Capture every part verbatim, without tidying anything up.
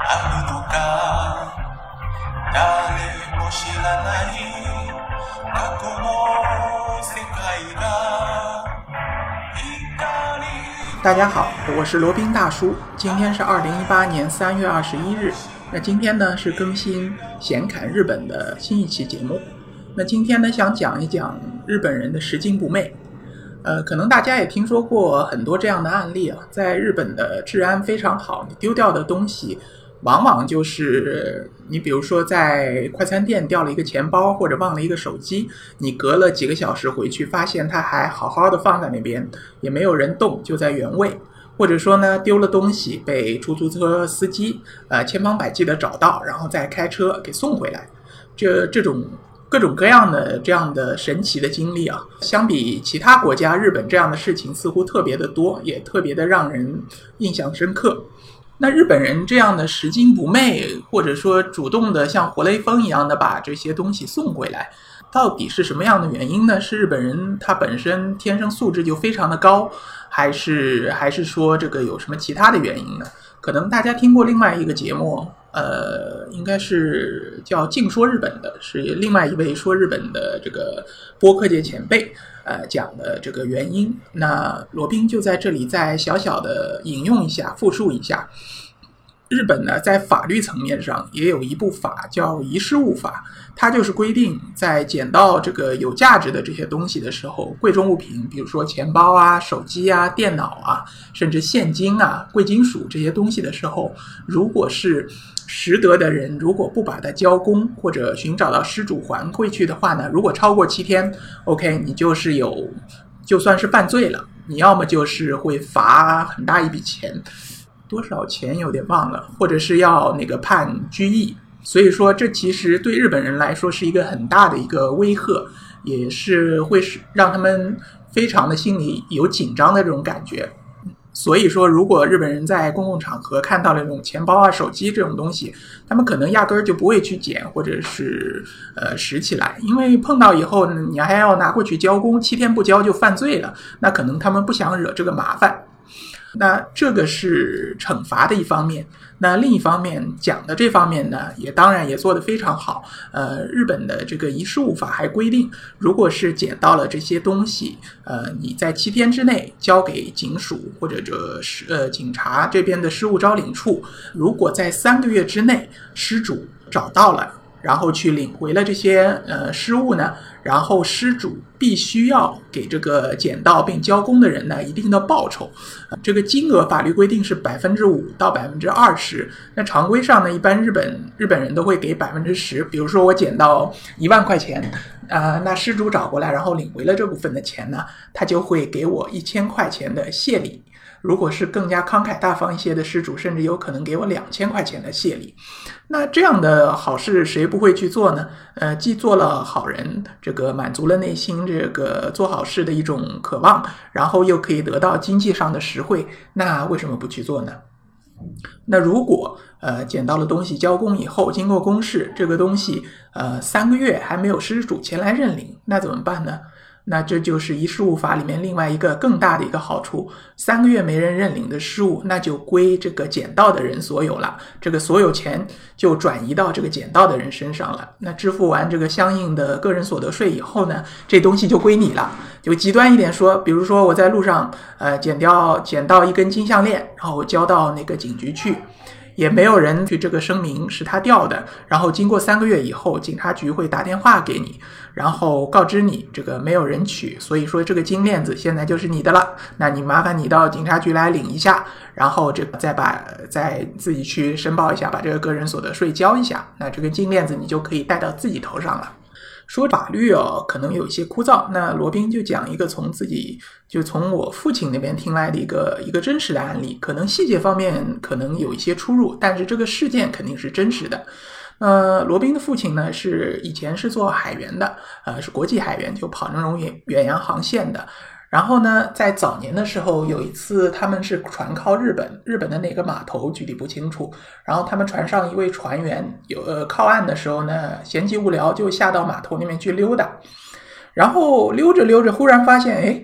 あるのか誰も知らない過去の世界が大家好，我是罗宾大叔。今天是二零一八年三月二十一日。那今天呢是更新闲侃日本的新一期节目。那今天呢想讲一讲日本人的拾金不昧。呃，可能大家也听说过很多这样的案例啊，在日本的治安非常好，你丢掉的东西往往就是你比如说在快餐店掉了一个钱包或者忘了一个手机，你隔了几个小时回去发现它还好好的放在那边，也没有人动，就在原位。或者说呢丢了东西被出租车司机呃千方百计的找到，然后再开车给送回来。这这种各种各样的这样的神奇的经历啊，相比其他国家，日本这样的事情似乎特别的多，也特别的让人印象深刻。那日本人这样的拾金不昧，或者说主动的像活雷锋一样的把这些东西送回来，到底是什么样的原因呢？是日本人他本身天生素质就非常的高，还是还是说这个有什么其他的原因呢？可能大家听过另外一个节目，呃，应该是叫净说日本的，是另外一位说日本的这个播客界前辈呃讲的这个原因。那罗宾就在这里再小小的引用一下，复述一下。日本呢，在法律层面上也有一部法叫遗失物法，它就是规定在捡到这个有价值的这些东西的时候，贵重物品，比如说钱包啊、手机啊、电脑啊，甚至现金啊、贵金属这些东西的时候，如果是拾得的人如果不把它交公或者寻找到失主还回去的话呢，如果超过七天 OK 你就是有就算是犯罪了，你要么就是会罚很大一笔钱，多少钱有点忘了，或者是要那个判拘役。所以说这其实对日本人来说是一个很大的一个威吓，也是会让他们非常的心里有紧张的这种感觉。所以说如果日本人在公共场合看到了这种钱包啊、手机这种东西，他们可能压根儿就不会去捡或者是呃拾起来，因为碰到以后你还要拿过去交公，七天不交就犯罪了，那可能他们不想惹这个麻烦。那这个是惩罚的一方面，那另一方面讲的这方面呢，也当然也做得非常好。呃，日本的这个遗失物法还规定，如果是捡到了这些东西，呃，你在七天之内交给警署或者这呃警察这边的失物招领处，如果在三个月之内失主找到了，然后去领回了这些呃失物呢，然后失主必须要给这个捡到并交公的人呢一定的报酬，呃、这个金额法律规定是百分之五到百分之二十。那常规上呢，一般日本日本人都会给百分之十。比如说我捡到一万块钱，啊、呃，那失主找过来，然后领回了这部分的钱呢，他就会给我一千块钱的谢礼。如果是更加慷慨大方一些的失主，甚至有可能给我两千块钱的谢礼。那这样的好事谁不会去做呢？呃，既做了好人，这个满足了内心这个做好事的一种渴望，然后又可以得到经济上的实惠，那为什么不去做呢？那如果呃捡到了东西交公以后，经过公示，这个东西呃三个月还没有失主前来认领，那怎么办呢？那这就是遗失物法里面另外一个更大的一个好处，三个月没人认领的失物，那就归这个捡到的人所有了，这个所有权就转移到这个捡到的人身上了。那支付完这个相应的个人所得税以后呢，这东西就归你了。就极端一点说，比如说我在路上呃捡掉捡到一根金项链，然后交到那个警局去，也没有人去这个声明是他掉的，然后经过三个月以后，警察局会打电话给你，然后告知你这个没有人取，所以说这个金链子现在就是你的了，那你麻烦你到警察局来领一下，然后这个再把再自己去申报一下，把这个个人所得税交一下，那这个金链子你就可以戴到自己头上了。说法律哦，可能有一些枯燥，那罗宾就讲一个从自己就从我父亲那边听来的一个一个真实的案例，可能细节方面可能有一些出入，但是这个事件肯定是真实的。呃，罗宾的父亲呢是以前是做海员的，呃，是国际海员，就跑那种远远洋航线的。然后呢，在早年的时候，有一次他们是船靠日本，日本的哪个码头具体不清楚。然后他们船上一位船员有呃靠岸的时候呢，闲极无聊就下到码头那边去溜达。然后溜着溜着，忽然发现，哎，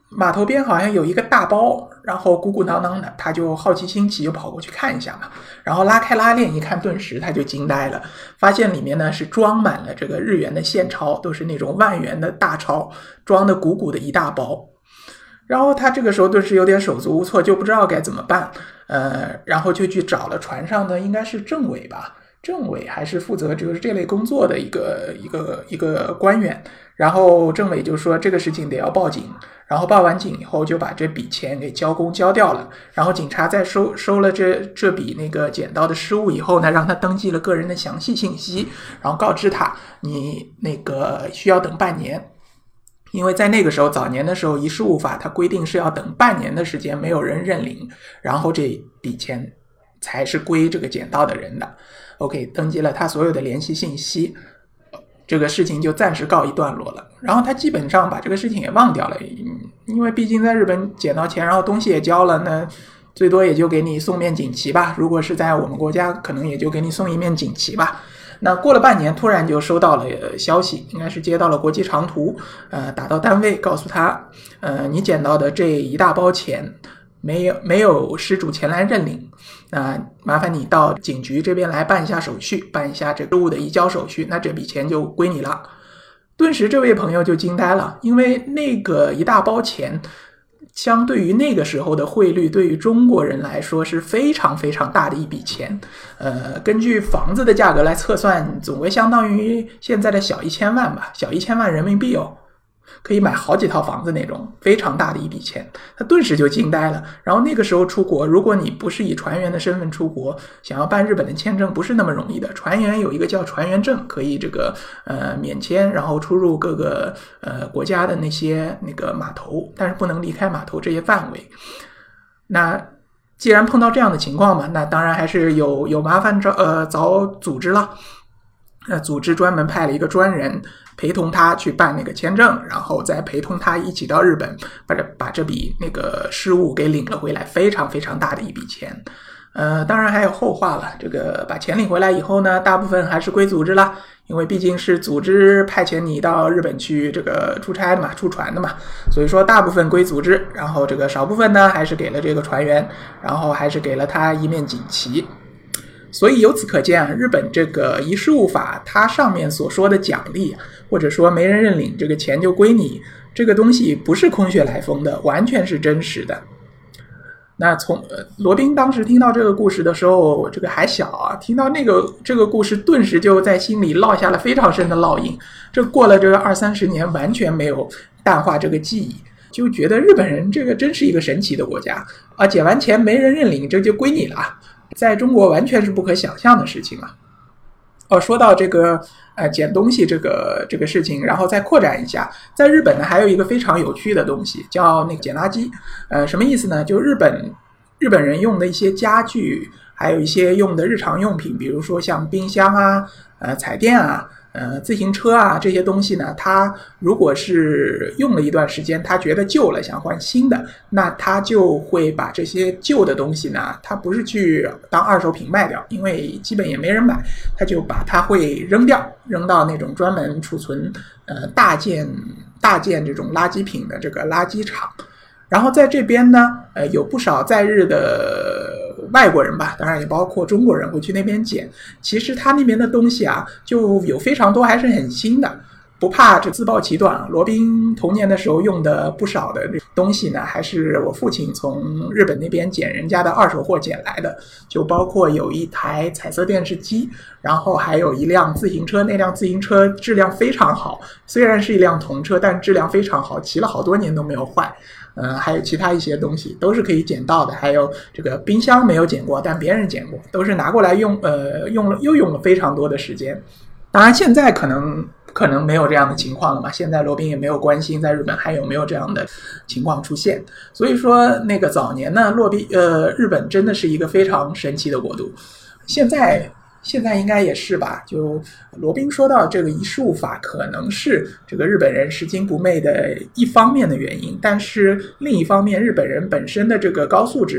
码头边好像有一个大包，然后鼓鼓囊囊的，他就好奇心起就跑过去看一下嘛，然后拉开拉链一看，顿时他就惊呆了，发现里面呢是装满了这个日元的现钞，都是那种万元的大钞，装的鼓鼓的一大包。然后他这个时候顿时有点手足无措，就不知道该怎么办，呃，然后就去找了船上的应该是政委吧，政委还是负责就是这类工作的一个一个一个官员，然后政委就说这个事情得要报警，然后报完警以后就把这笔钱给交公交掉了，然后警察在收收了这这笔那个捡到的失物以后呢，让他登记了个人的详细信息，然后告知他你那个需要等半年。因为在那个时候早年的时候遗失物法它规定是要等半年的时间没有人认领，然后这笔钱才是归这个捡到的人的。 OK， 登记了他所有的联系信息，这个事情就暂时告一段落了。然后他基本上把这个事情也忘掉了，因为毕竟在日本捡到钱，然后东西也交了，那最多也就给你送面锦旗吧，如果是在我们国家可能也就给你送一面锦旗吧。那过了半年，突然就收到了消息，应该是接到了国际长途，呃，打到单位告诉他，呃，你捡到的这一大包钱没有没有失主前来认领，那、呃、麻烦你到警局这边来办一下手续，办一下这个物的移交手续，那这笔钱就归你了。顿时这位朋友就惊呆了，因为那个一大包钱相对于那个时候的汇率，对于中国人来说是非常非常大的一笔钱。呃，根据房子的价格来测算，总归相当于现在的小一千万吧，小一千万人民币哦，可以买好几套房子那种，非常大的一笔钱。他顿时就惊呆了。然后那个时候出国，如果你不是以船员的身份出国，想要办日本的签证不是那么容易的。船员有一个叫船员证，可以这个呃免签，然后出入各个呃国家的那些那个码头，但是不能离开码头这些范围。那既然碰到这样的情况嘛，那当然还是有有麻烦找呃找组织了。那组织专门派了一个专人陪同他去办那个签证，然后再陪同他一起到日本，把这把这笔那个失物给领了回来，非常非常大的一笔钱。呃，当然还有后话了，这个把钱领回来以后呢，大部分还是归组织了，因为毕竟是组织派遣你到日本去这个出差的嘛，出船的嘛，所以说大部分归组织，然后这个少部分呢还是给了这个船员，然后还是给了他一面锦旗。所以由此可见啊，日本这个遗失物法它上面所说的奖励，或者说没人认领这个钱就归你，这个东西不是空穴来风的，完全是真实的。那从呃罗宾当时听到这个故事的时候，这个还小啊，听到那个这个故事，顿时就在心里落下了非常深的烙印。这过了这个二三十年，完全没有淡化这个记忆，就觉得日本人这个真是一个神奇的国家啊！捡完钱没人认领，这就归你了，在中国完全是不可想象的事情啊。哦，说到这个呃捡东西这个这个事情，然后再扩展一下，在日本呢还有一个非常有趣的东西叫那个捡垃圾。呃，什么意思呢？就日本日本人用的一些家具，还有一些用的日常用品，比如说像冰箱啊、呃彩电啊、呃自行车啊这些东西呢，他如果是用了一段时间，他觉得旧了想换新的，那他就会把这些旧的东西呢，他不是去当二手品卖掉，因为基本也没人买，他就把它会扔掉，扔到那种专门储存呃大件大件这种垃圾品的这个垃圾场。然后在这边呢，呃，有不少在日的外国人吧，当然也包括中国人会去那边捡。其实他那边的东西啊，就有非常多还是很新的，不怕这自暴其短。罗宾童年的时候用的不少的东西呢，还是我父亲从日本那边捡人家的二手货捡来的，就包括有一台彩色电视机，然后还有一辆自行车，那辆自行车质量非常好，虽然是一辆童车，但质量非常好，骑了好多年都没有坏。呃，还有其他一些东西都是可以捡到的，还有这个冰箱没有捡过，但别人捡过，都是拿过来用，呃，用了又用了非常多的时间。当然现在可能可能没有这样的情况了嘛，现在罗宾也没有关心在日本还有没有这样的情况出现。所以说那个早年呢，罗宾呃日本真的是一个非常神奇的国度。现在现在应该也是吧，就罗宾说到这个遗失物法可能是这个日本人拾金不昧的一方面的原因，但是另一方面日本人本身的这个高素质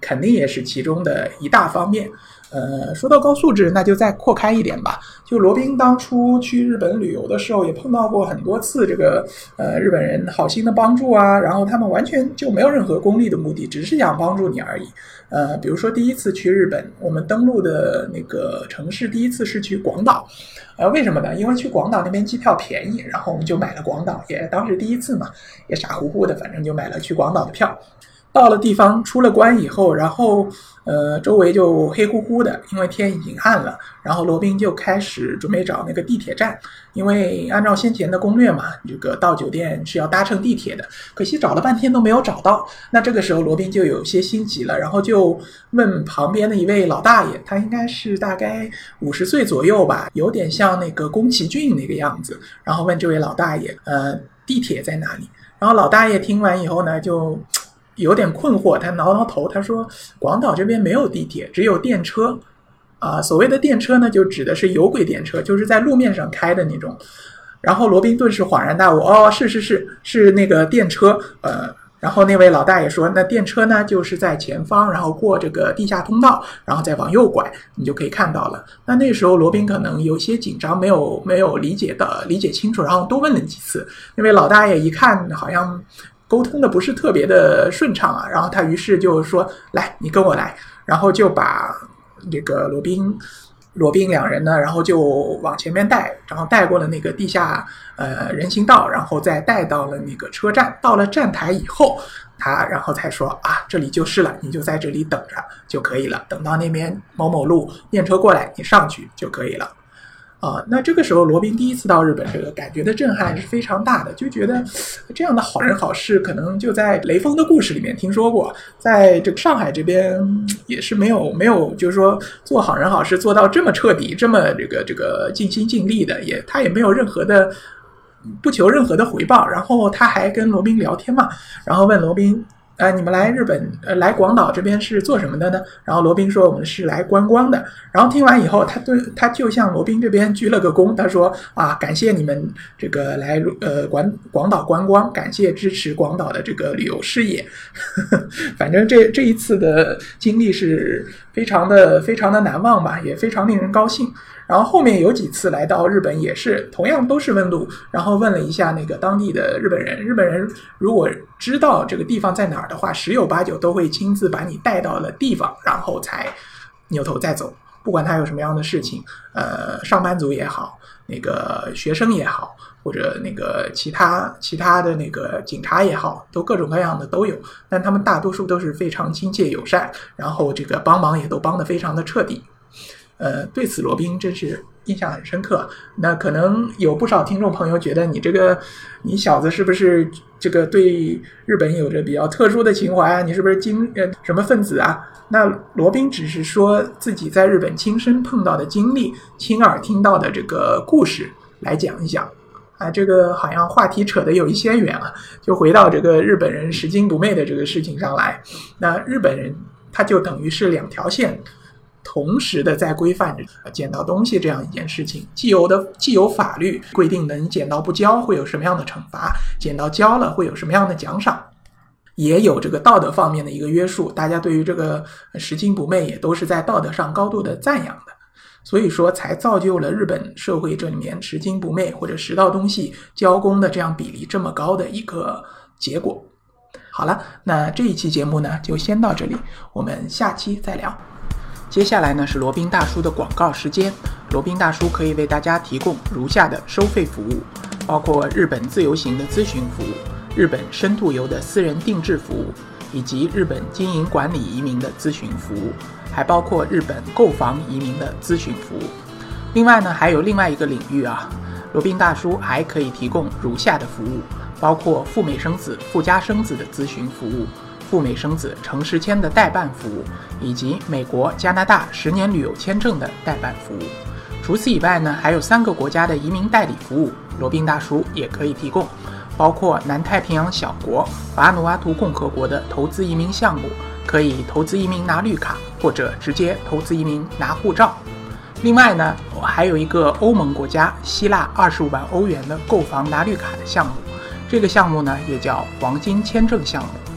肯定也是其中的一大方面。呃，说到高素质，那就再扩开一点吧。就罗宾当初去日本旅游的时候，也碰到过很多次这个呃日本人好心的帮助啊，然后他们完全就没有任何功利的目的，只是想帮助你而已。呃，比如说第一次去日本，我们登陆的那个城市第一次是去广岛，呃，为什么呢？因为去广岛那边机票便宜，然后我们就买了广岛，也当时第一次嘛，也傻乎乎的，反正就买了去广岛的票。到了地方出了关以后，然后呃周围就黑乎乎的，因为天已经暗了。然后罗宾就开始准备找那个地铁站，因为按照先前的攻略嘛，这个到酒店是要搭乘地铁的。可惜找了半天都没有找到。那这个时候罗宾就有些心急了，然后就问旁边的一位老大爷，他应该是大概五十岁左右吧，有点像那个宫崎骏那个样子。然后问这位老大爷，呃，地铁在哪里？然后老大爷听完以后呢，就有点困惑，他挠挠头，他说广岛这边没有地铁，只有电车啊。所谓的电车呢，就指的是有轨电车，就是在路面上开的那种。然后罗宾顿时恍然大悟，哦，是是是是那个电车。呃，然后那位老大爷说，那电车呢就是在前方，然后过这个地下通道，然后再往右拐，你就可以看到了。那那时候罗宾可能有些紧张，没有没有理解的理解清楚，然后多问了几次。那位老大爷一看好像沟通的不是特别的顺畅啊，然后他于是就说，来，你跟我来，然后就把这个罗宾罗宾两人呢，然后就往前面带，然后带过了那个地下呃人行道，然后再带到了那个车站。到了站台以后，他然后才说啊，这里就是了，你就在这里等着就可以了，等到那边某某路电车过来，你上去就可以了。啊，那这个时候罗宾第一次到日本，这个感觉的震撼是非常大的，就觉得这样的好人好事可能就在雷锋的故事里面听说过，在这个上海这边也是没有没有就是说做好人好事做到这么彻底，这么这个这个尽心尽力的，也他也没有任何的不求任何的回报。然后他还跟罗宾聊天嘛，然后问罗宾，呃，你们来日本，呃，来广岛这边是做什么的呢？然后罗宾说我们是来观光的。然后听完以后，他对他就向罗宾这边鞠了个躬，他说啊，感谢你们这个来呃广广岛观光，感谢支持广岛的这个旅游事业。反正这这一次的经历是非常的非常的难忘吧，也非常令人高兴。然后后面有几次来到日本也是同样都是问路，然后问了一下那个当地的日本人，日本人如果知道这个地方在哪儿的话，十有八九都会亲自把你带到了地方，然后才扭头再走。不管他有什么样的事情，呃，上班族也好，那个学生也好，或者那个其他其他的那个警察也好，都各种各样的都有，但他们大多数都是非常亲切友善，然后这个帮忙也都帮得非常的彻底。呃，对此罗宾真是印象很深刻。那可能有不少听众朋友觉得你这个你小子是不是这个对日本有着比较特殊的情怀啊？你是不是经呃什么分子啊？那罗宾只是说自己在日本亲身碰到的经历，亲耳听到的这个故事来讲一讲啊。这个好像话题扯得有一些远啊，就回到这个日本人拾金不昧的这个事情上来。那日本人他就等于是两条线同时的在规范着捡到东西这样一件事情，既有的既有法律规定的你捡到不交会有什么样的惩罚，捡到交了会有什么样的奖赏，也有这个道德方面的一个约束，大家对于这个拾金不昧也都是在道德上高度的赞扬的，所以说才造就了日本社会这里面拾金不昧或者拾到东西交公的这样比例这么高的一个结果。好了，那这一期节目呢就先到这里，我们下期再聊。接下来呢是罗宾大叔的广告时间。罗宾大叔可以为大家提供如下的收费服务，包括日本自由行的咨询服务、日本深度游的私人定制服务，以及日本经营管理移民的咨询服务，还包括日本购房移民的咨询服务。另外呢还有另外一个领域啊，罗宾大叔还可以提供如下的服务，包括赴美生子、赴加生子的咨询服务，赴美生子城市签的代办服务，以及美国、加拿大十年旅游签证的代办服务。除此以外呢，还有三个国家的移民代理服务，罗宾大叔也可以提供，包括南太平洋小国瓦努阿图共和国的投资移民项目，可以投资移民拿绿卡，或者直接投资移民拿护照。另外呢，还有一个欧盟国家希腊二十五万欧元的购房拿绿卡的项目，这个项目呢也叫黄金签证项目。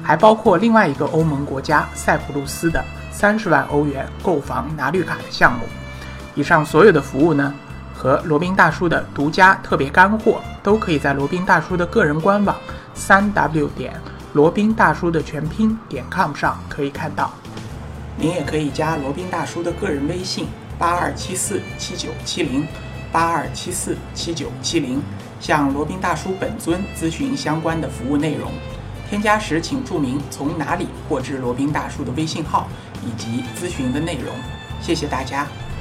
还包括另外一个欧盟国家塞浦路斯的三十万欧元购房拿绿卡的项目。以上所有的服务呢，和罗宾大叔的独家特别干货，都可以在罗宾大叔的个人官网 三 w 点罗宾大叔的全拼点 com 上可以看到。您也可以加罗宾大叔的个人微信八二七四七九七零八二七四七九七零，向罗宾大叔本尊咨询相关的服务内容。添加时请注明从哪里获知罗宾大叔的微信号以及咨询的内容。谢谢大家。